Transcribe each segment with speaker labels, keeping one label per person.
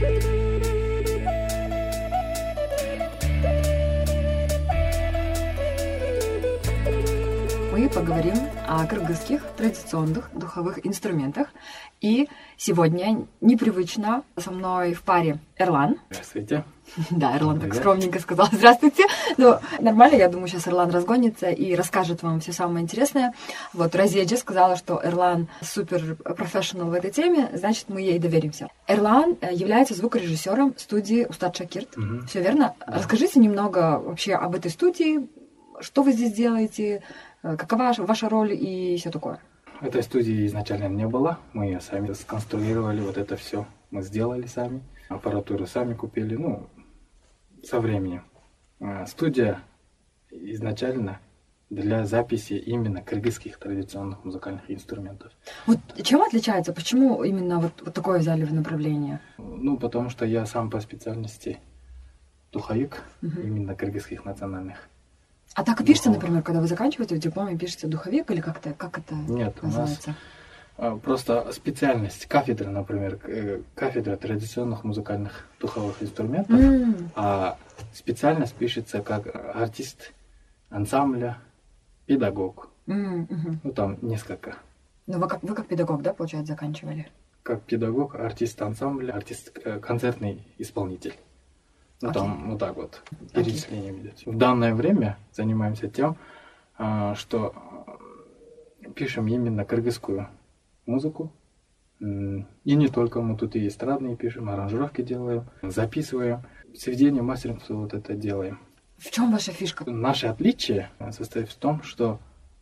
Speaker 1: Мы поговорим о кыргызских традиционных духовых инструментах. И сегодня непривычно со мной в паре Эрлан.
Speaker 2: Здравствуйте.
Speaker 1: Да, Эрлан так скромненько сказал «здравствуйте». Но нормально, я думаю, сейчас Эрлан разгонится и расскажет вам все самое интересное. Вот Разеджи сказала, что Эрлан супер профессионал в этой теме, значит, мы ей доверимся. Эрлан является звукорежиссером студии Устат Шакирт. Все верно? Да. Расскажите немного вообще об этой студии, что вы здесь делаете, какова ваша роль и все такое.
Speaker 2: Этой студии изначально не было. Мы ее сами сконструировали, вот это все мы сделали сами. Аппаратуру сами купили, со временем. Студия изначально для записи именно кыргызских традиционных музыкальных инструментов.
Speaker 1: Вот чем отличается? Почему именно вот такое взяли в направление?
Speaker 2: Потому что я сам по специальности духовик, именно кыргызских национальных.
Speaker 1: А так и пишется, например, когда вы заканчиваете в дипломе, пишете духовик или как это
Speaker 2: Нет,
Speaker 1: называется?
Speaker 2: У нас просто специальность, кафедра, например, кафедра традиционных музыкальных духовых инструментов, а специальность пишется как артист ансамбля, педагог. Там несколько.
Speaker 1: Вы как педагог, да, получается, заканчивали?
Speaker 2: Как педагог, артист ансамбля, концертный исполнитель. Там вот так вот перечисление идет. В данное время занимаемся тем, что пишем именно кыргызскую музыку. И не только, мы тут и эстрадные пишем, аранжировки делаем, записываем, сведение, мастеринг, все вот это делаем.
Speaker 1: В чем ваша фишка?
Speaker 2: Наше отличие состоит в том, что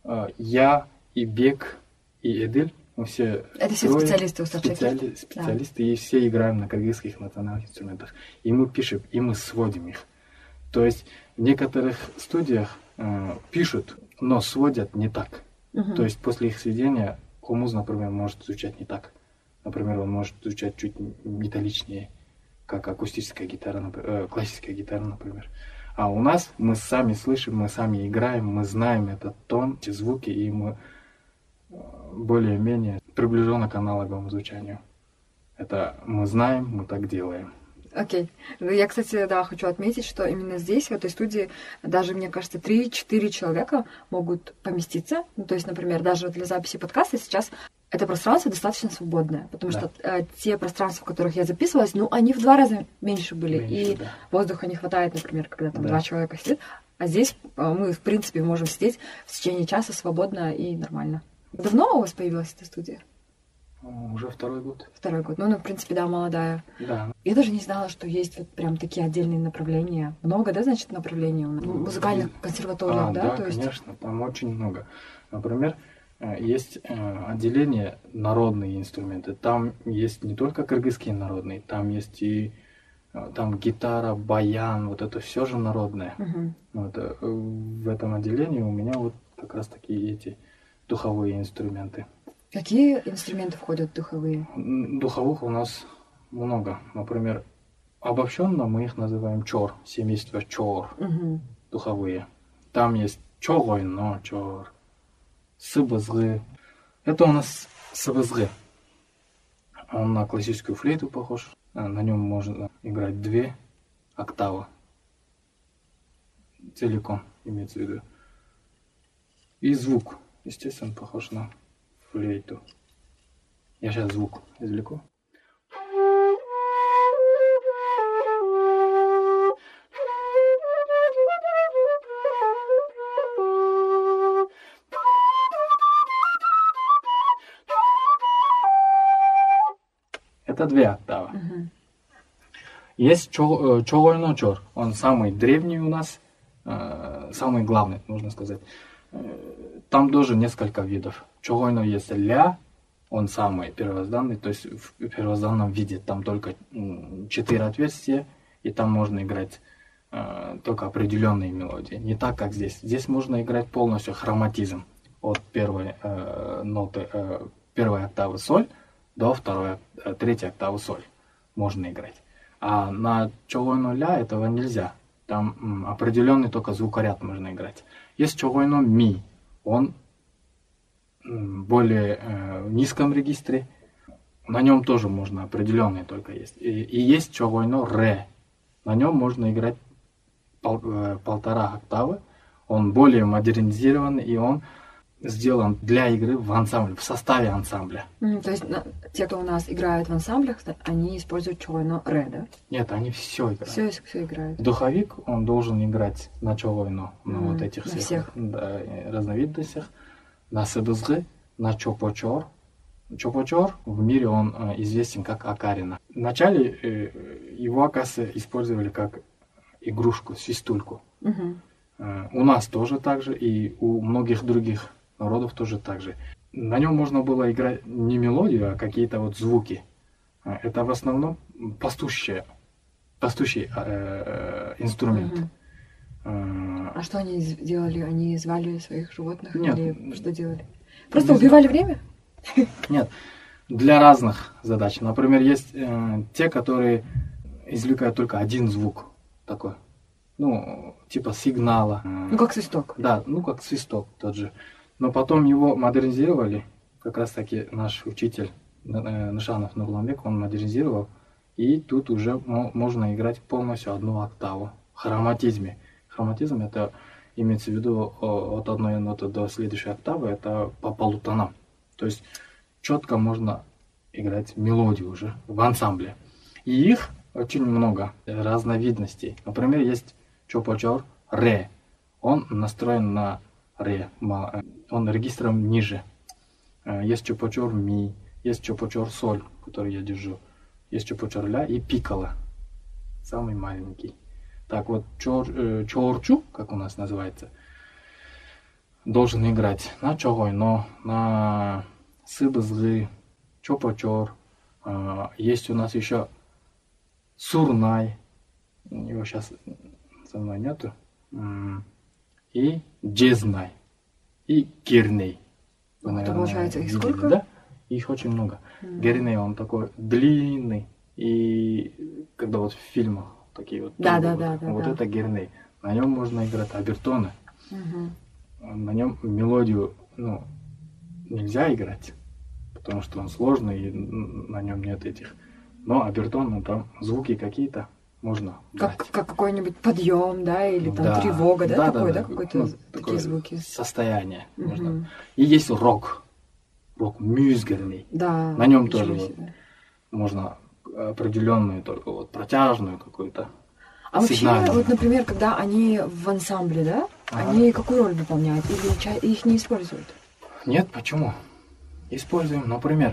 Speaker 2: я и Бек, и Эдиль, мы все...
Speaker 1: Это все специалисты Устат Шакирт?
Speaker 2: Специалисты, и все играем на кыргызских национальных инструментах. И мы пишем, и мы сводим их. То есть в некоторых студиях пишут, но сводят не так. То есть после их сведения комуз, например, может звучать не так. Например, он может звучать чуть металличнее, как акустическая гитара, классическая гитара, например. А у нас мы сами слышим, мы сами играем, мы знаем этот тон, эти звуки, и мы более-менее приближенно к аналоговому звучанию. Это мы знаем, мы так делаем.
Speaker 1: Окей. Я, кстати, хочу отметить, что именно здесь, в этой студии, даже, мне кажется, 3-4 человека могут поместиться. То есть, например, даже для записи подкаста сейчас это пространство достаточно свободное, потому что те пространства, в которых я записывалась, они в 2 раза меньше были, воздуха не хватает, например, когда там 2 человека сидят. А здесь мы, в принципе, можем сидеть в течение часа свободно и нормально. Давно у вас появилась эта студия?
Speaker 2: Уже 2-й год.
Speaker 1: 2-й год. В принципе, молодая.
Speaker 2: Да.
Speaker 1: Я даже не знала, что есть вот прям такие отдельные направления. Много, да, значит, направлений у нас? Музыкальных консерваториев, да?
Speaker 2: Да, конечно, там очень много. Например, есть отделение народные инструменты. Там есть не только кыргызские народные, там есть и там гитара, баян, вот это все же народное. В этом отделении у меня вот как раз такие эти духовые инструменты.
Speaker 1: Какие инструменты входят в духовые?
Speaker 2: Духовых у нас много. Например, обобщенно мы их называем чор, семейство чор, духовые. Там есть чогойно чор, сыбызгы. Это у нас сыбызгы. Он на классическую флейту похож. На нем можно играть 2 октавы. Целиком имеется в виду. И звук, естественно, похож на флейту. Я сейчас звук извлеку. Это 2 октавы. Есть чогойно чор. Он самый древний у нас, самый главный, нужно сказать. Там тоже несколько видов. Чогойно есть ля, он самый первозданный, то есть в первозданном виде. Там только 4 отверстия, и там можно играть только определенные мелодии. Не так, как здесь. Здесь можно играть полностью хроматизм. От первой ноты, первой октавы соль до 3-й октавы соль можно играть. А на чогойно ля этого нельзя. Там определенный только звукоряд можно играть. Есть чогойно ми. Он более в низком регистре. на нем тоже можно определенные только есть. И есть чогойно ре. На нем можно играть полтора октавы. Он более модернизирован, и он сделан для игры в ансамбле, в составе ансамбля.
Speaker 1: То есть те, кто у нас играют в ансамблях, они используют чогойно ре, да?
Speaker 2: Нет, они все играют.
Speaker 1: Все играют.
Speaker 2: Духовик, он должен играть на чогойно, на вот этих
Speaker 1: на всех.
Speaker 2: Да, разновидностях, на сыбызгы, на чопочор. Чопочор в мире он известен как акарина. Вначале его, оказывается, использовали как игрушку, свистульку. У нас тоже так же, и у многих других народов тоже так же. На нем можно было играть не мелодию, а какие-то вот звуки. Это в основном пастуший инструмент.
Speaker 1: А что они делали? Они звали своих животных?
Speaker 2: Нет.
Speaker 1: Или что делали? Просто убивали время?
Speaker 2: Нет. Для разных задач. Например, есть те, которые извлекают только один звук такой. Ну, типа сигнала.
Speaker 1: Ну, как свисток.
Speaker 2: Да, ну, как свисток тот же. Но потом его модернизировали. Как раз таки наш учитель Нышанов Нурланбек, он модернизировал. И тут уже можно играть полностью одну октаву. В хроматизме. Хроматизм — это имеется в виду от одной ноты до следующей октавы. Это по полутонам. То есть четко можно играть мелодию уже в ансамбле. И их очень много разновидностей. Например, есть чопочор ре. Он настроен на ре. Он регистром ниже. Есть чопочор ми. Есть чопочор соль, который я держу. Есть чопочор ля и пикколо. Самый маленький. Так вот, чорчу, как у нас называется, должен играть на чогойно, на сыбызгы, чопочор. Есть у нас еще сурнай. Его сейчас со мной нету. И джезнай. И герней.
Speaker 1: Это получается их сколько?
Speaker 2: Да? Их очень много. Герней, он такой длинный. И когда вот в фильмах такие вот.
Speaker 1: Да.
Speaker 2: Вот это герней. На нем можно играть обертоны. На нем мелодию, нельзя играть, потому что он сложный и на нем нет этих. Но обертон, там звуки какие-то можно брать.
Speaker 1: Как какой-нибудь подъем, да, или там тревога, да, такой, да, какой-то такие звуки.
Speaker 2: Состояние можно. И есть рок мюзгерный.
Speaker 1: Да.
Speaker 2: На нем тоже вот можно определенную, только вот протяжную какую-то.
Speaker 1: А вообще, вот, например, когда они в ансамбле, да, они какую роль выполняют? Или их не используют?
Speaker 2: Нет, почему? Используем, например,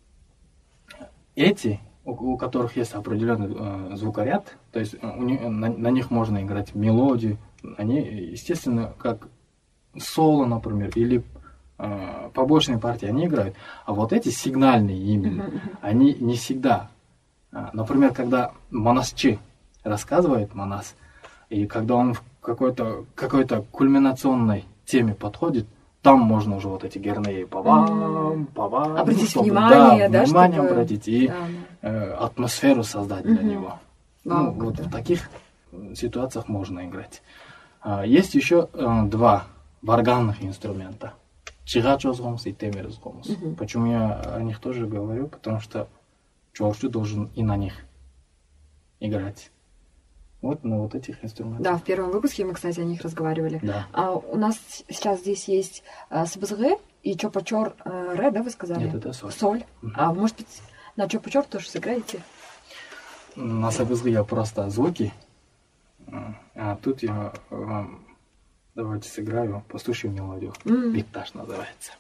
Speaker 2: эти, у которых есть определенный звукоряд, то есть на них можно играть мелодию, они, естественно, как соло, например, или побочные партии они играют, а вот эти сигнальные именно, они не всегда. Например, когда монасчи рассказывает монас, и когда он в какой-то культминационной теме подходит, там можно уже вот эти гернеи
Speaker 1: обратить внимание,
Speaker 2: внимание обратить и атмосферу создать для него. Вот в таких ситуациях можно играть. Есть еще два варганных инструмента. Чигачозгомс и темерзгомс. Почему я о них тоже говорю? Потому что чорчу должен и на них играть. Вот на вот этих инструментах.
Speaker 1: Да, в первом выпуске мы, кстати, о них разговаривали.
Speaker 2: Да.
Speaker 1: А у нас сейчас здесь есть сыбызгы и чопочор ре, да, вы сказали?
Speaker 2: Нет, это соль.
Speaker 1: Соль. А может быть, на чопочор тоже сыграете?
Speaker 2: На сыбызгы я просто звуки, а тут я вам давайте сыграю пастушью мелодию. Битташ называется.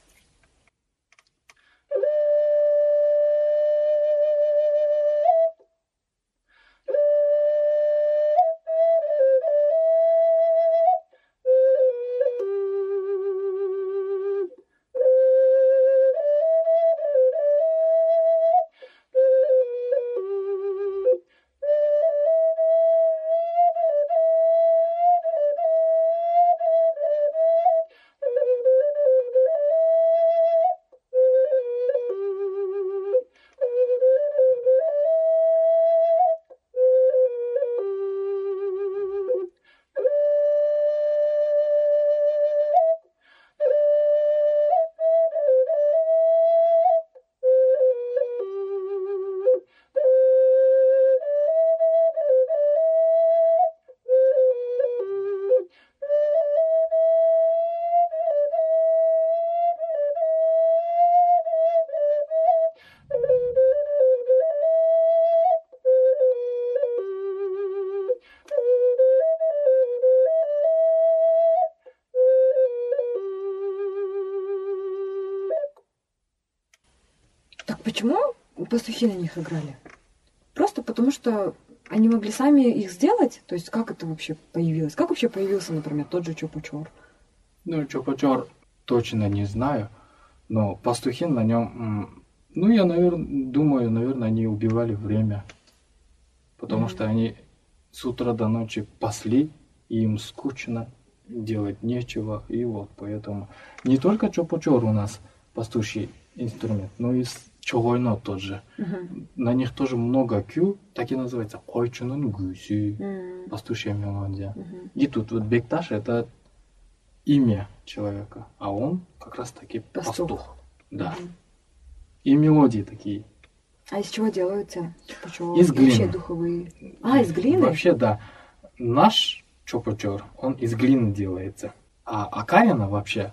Speaker 1: пастухи на них играли? Просто потому что они могли сами их сделать? То есть как это вообще появилось? Как вообще появился, например, тот же Чопа-Чор?
Speaker 2: Ну, Чопа-Чор точно не знаю, но пастухи на нем, ну, я, думаю, наверное, они убивали время, потому что они с утра до ночи пасли, и им скучно, делать нечего, и вот поэтому не только Чопа-Чор у нас пастуший инструмент, но и Чогойно тот же. На них тоже много кю, так и называется койчунун гуси, пастушья мелодия. И тут вот Бекташ это имя человека, а он как раз таки пастух. Да. И мелодии такие.
Speaker 1: А из чего делаются Чопа-Чор?
Speaker 2: Из глины.
Speaker 1: Вообще духовые. Из глины?
Speaker 2: Вообще, да. Наш Чопа-Чор, он из глины делается. А Акарина вообще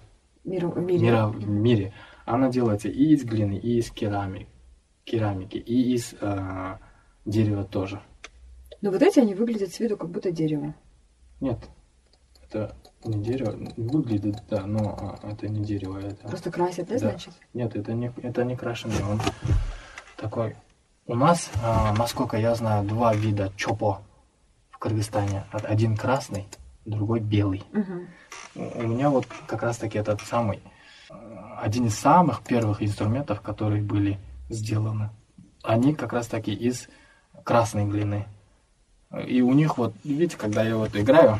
Speaker 2: в мире, она делается и из глины, и из керамики, и из дерева тоже.
Speaker 1: Но вот эти, они выглядят с виду как будто дерево.
Speaker 2: Нет, это не дерево. Выглядит, да, но это не дерево. Это...
Speaker 1: Просто красят, да, значит?
Speaker 2: Нет, это не крашеный, он такой. У нас, насколько я знаю, 2 вида чопо в Кыргызстане. Один красный, другой белый. У меня вот как раз таки этот самый, один из самых первых инструментов, которые были сделаны. Они как раз таки из красной глины. И у них вот, видите, когда я вот играю,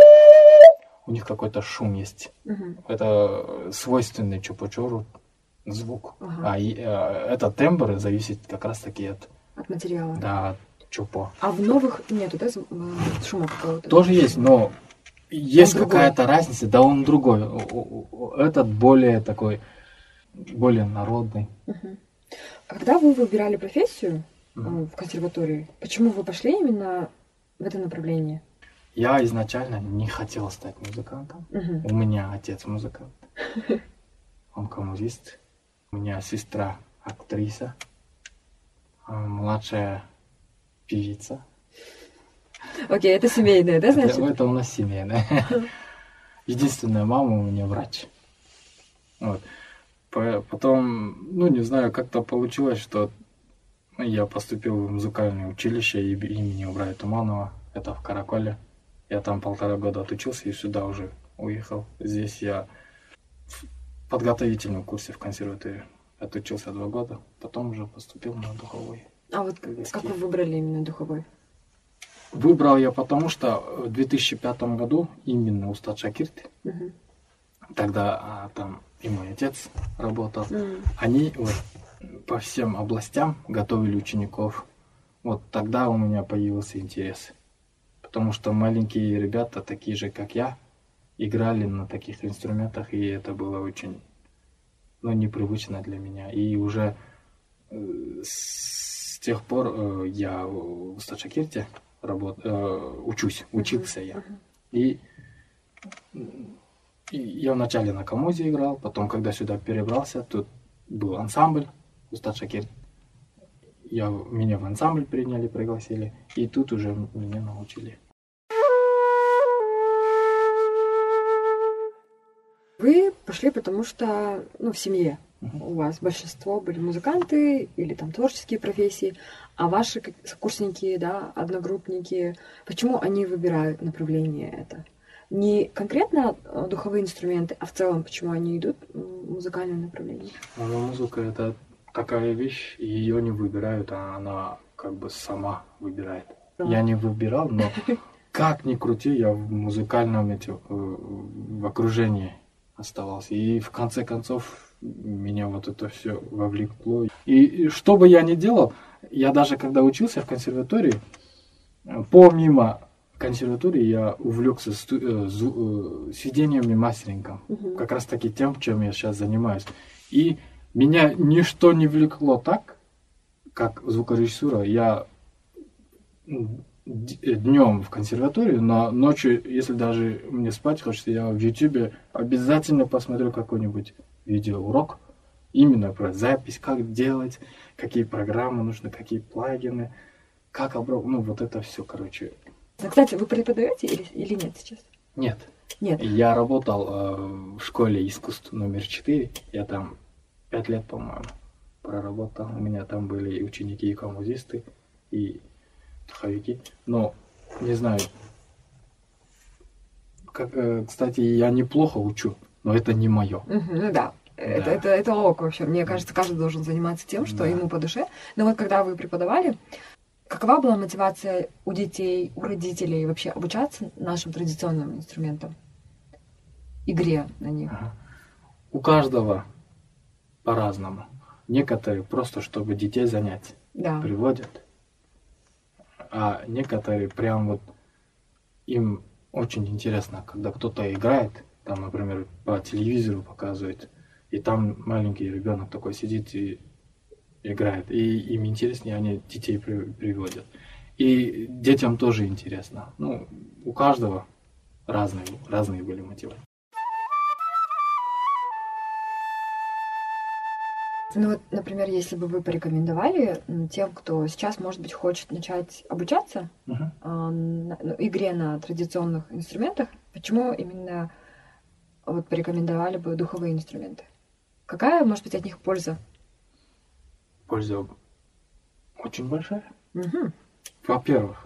Speaker 2: у них какой-то шум есть. Это свойственный Чопа-Чору звук. Этот тембр зависит как раз таки
Speaker 1: от материала.
Speaker 2: Да, от чопо.
Speaker 1: А в новых нету, да, шума какого-то?
Speaker 2: Тоже есть, но есть какая-то разница, да, он другой. Этот более такой, более народный.
Speaker 1: А когда вы выбирали профессию в консерватории, почему вы пошли именно в это направление?
Speaker 2: Я изначально не хотел стать музыкантом. У меня отец музыкант. Он коммунист. У меня сестра актриса. Младшая певица.
Speaker 1: Окей, это семейное, да, значит?
Speaker 2: Это у нас семейное. Единственная мама у меня врач. Вот. Потом, ну не знаю, как-то получилось, что я поступил в музыкальное училище имени Убрая Туманова. Это в Караколе. Я там 1,5 года отучился и сюда уже уехал. Здесь я в подготовительном курсе в консерватории отучился 2 года. Потом уже поступил на духовой.
Speaker 1: А вот как вы выбрали именно духовой?
Speaker 2: Выбрал я потому, что в 2005 году именно Устат Шакирт, тогда там и мой отец работал, они вот по всем областям готовили учеников. Вот тогда у меня появился интерес. Потому что маленькие ребята, такие же, как я, играли на таких инструментах, и это было очень, непривычно для меня. И уже с тех пор я в Устат Шакирте учился я. И я вначале на камузе играл, потом, когда сюда перебрался, тут был ансамбль Устат Шакирт. Меня в ансамбль приняли, пригласили, и тут уже меня научили.
Speaker 1: Вы пошли, потому что, в семье у вас большинство были музыканты или там творческие профессии, а ваши сокурсники, да, одногруппники, почему они выбирают направление это? Не конкретно духовые инструменты, а в целом, почему они идут в музыкальное направление?
Speaker 2: Музыка — это такая вещь, ее не выбирают, а она как бы сама выбирает. Я не выбирал, но как ни крути, я в музыкальном в окружении оставался. И в конце концов меня вот это все вовлекло. И что бы я ни делал, я даже когда учился в консерватории, помимо консерватории я увлекся сведением и мастерингом. Как раз таки тем, чем я сейчас занимаюсь. И меня ничто не влекло так, как звукорежиссура. Я днем в консерватории, но ночью, если даже мне спать хочется, я в YouTube обязательно посмотрю какой-нибудь видеоурок именно про запись, как делать, какие программы нужны, какие плагины, как обработать, вот это все, короче.
Speaker 1: Кстати, вы преподаете или нет сейчас?
Speaker 2: Нет.
Speaker 1: Нет.
Speaker 2: Я работал в школе искусств номер 4, я там 5 лет, по-моему, проработал. У меня там были и ученики, и камузисты, и духовики. Но, не знаю, кстати, я неплохо учу, но это не мое.
Speaker 1: Ну да. Это ок вообще. Мне кажется, каждый должен заниматься тем, что ему по душе. Но вот когда вы преподавали, какова была мотивация у детей, у родителей вообще обучаться нашим традиционным инструментам? Игре на них?
Speaker 2: У каждого по-разному. Некоторые просто, чтобы детей занять, приводят. А некоторые прям вот им очень интересно, когда кто-то играет, там, например, по телевизору показывает, и там маленький ребенок такой сидит и играет. И им интереснее, они детей приводят. И детям тоже интересно. Ну, у каждого разные были мотивы.
Speaker 1: Ну вот, например, если бы вы порекомендовали тем, кто сейчас, может быть, хочет начать обучаться игре на традиционных инструментах, почему именно вот порекомендовали бы духовые инструменты? Какая, может быть, от них польза?
Speaker 2: Польза очень большая. Во-первых,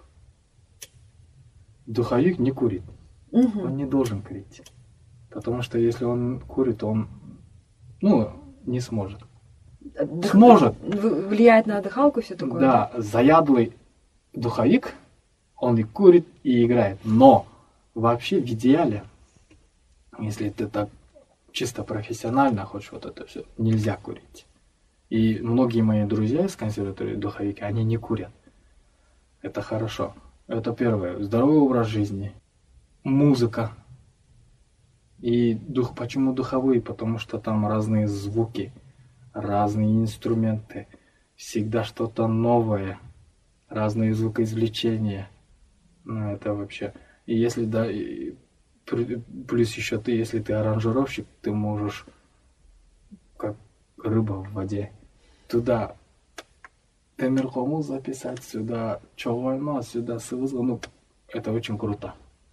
Speaker 2: духовик не курит. Он не должен курить. Потому что если он курит, он не сможет. Сможет.
Speaker 1: Влияет на дыхалку и все такое.
Speaker 2: Да, заядлый духовик, он и курит, и играет. Но вообще в идеале, если ты так чисто профессионально хочешь вот это все, нельзя курить. И многие мои друзья из консерватории духовики, они не курят. Это хорошо. Это первое. Здоровый образ жизни. Музыка. И почему духовые? Потому что там разные звуки, разные инструменты. Всегда что-то новое. Разные звукоизвлечения. Ну, это вообще... И если плюс еще если ты аранжировщик, ты можешь как рыба в воде. Туда темирхому записать, сюда човойма, сюда сывызгу. Ну, это очень круто.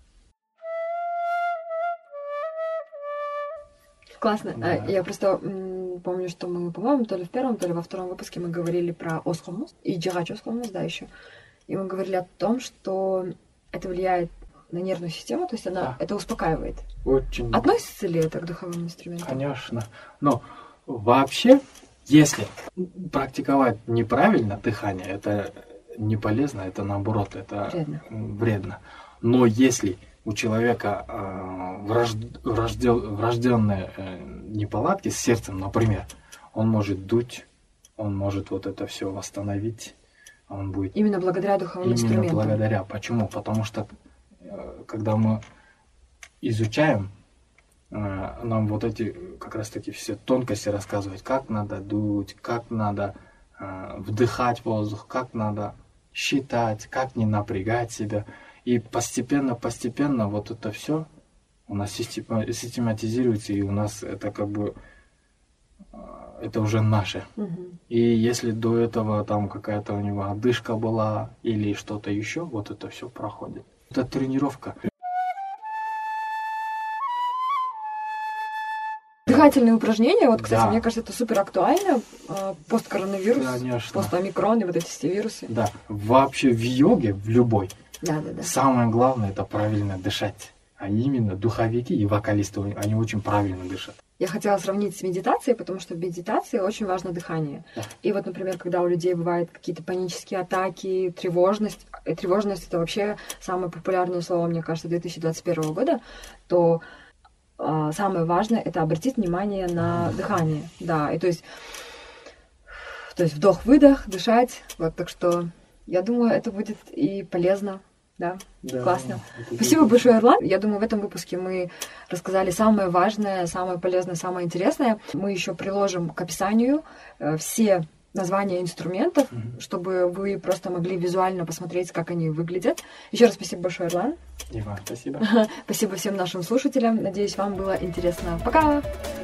Speaker 1: Классно. Да. Я просто помню, что мы, по-моему, то ли в первом, то ли во втором выпуске мы говорили про осхомус и джигач осхомус, да, еще. И мы говорили о том, что это влияет на нервную систему, то есть это успокаивает.
Speaker 2: Очень.
Speaker 1: Относится ли это к духовым инструментам?
Speaker 2: Конечно. Но вообще, если практиковать неправильно дыхание, это не полезно, это наоборот, это вредно. Но если у человека врожденные неполадки с сердцем, например, он может дуть, он может вот это все восстановить, он будет...
Speaker 1: Именно благодаря духовым инструментам.
Speaker 2: Именно благодаря. Почему? Потому что когда мы изучаем, нам вот эти как раз таки все тонкости рассказывают, как надо дуть, как надо вдыхать воздух, как надо считать, как не напрягать себя. И постепенно вот это все у нас систематизируется, и у нас это как бы это уже наше. И если до этого там какая-то у него одышка была или что-то еще, вот это все проходит. Это тренировка.
Speaker 1: Дыхательные упражнения, вот, кстати, мне кажется, это супер актуально. Посткоронавирус, постомикрон и вот эти все вирусы.
Speaker 2: Да, вообще в йоге, в любой,
Speaker 1: да.
Speaker 2: Самое главное это правильно дышать. А именно духовики и вокалисты, они очень правильно дышат.
Speaker 1: Я хотела сравнить с медитацией, потому что в медитации очень важно дыхание. Да. И вот, например, когда у людей бывают какие-то панические атаки, тревожность, и тревожность это вообще самое популярное слово, мне кажется, 2021 года, то самое важное это обратить внимание на дыхание. Да, и то есть вдох-выдох, дышать. Вот, так что я думаю, это будет и полезно. Да, классно. Спасибо большое, Эрлан. Я думаю, в этом выпуске мы рассказали самое важное, самое полезное, самое интересное. Мы еще приложим к описанию все названия инструментов, чтобы вы просто могли визуально посмотреть, как они выглядят. Еще раз спасибо большое, Эрлан.
Speaker 2: И вам спасибо.
Speaker 1: Спасибо всем нашим слушателям. Надеюсь, вам было интересно. Пока!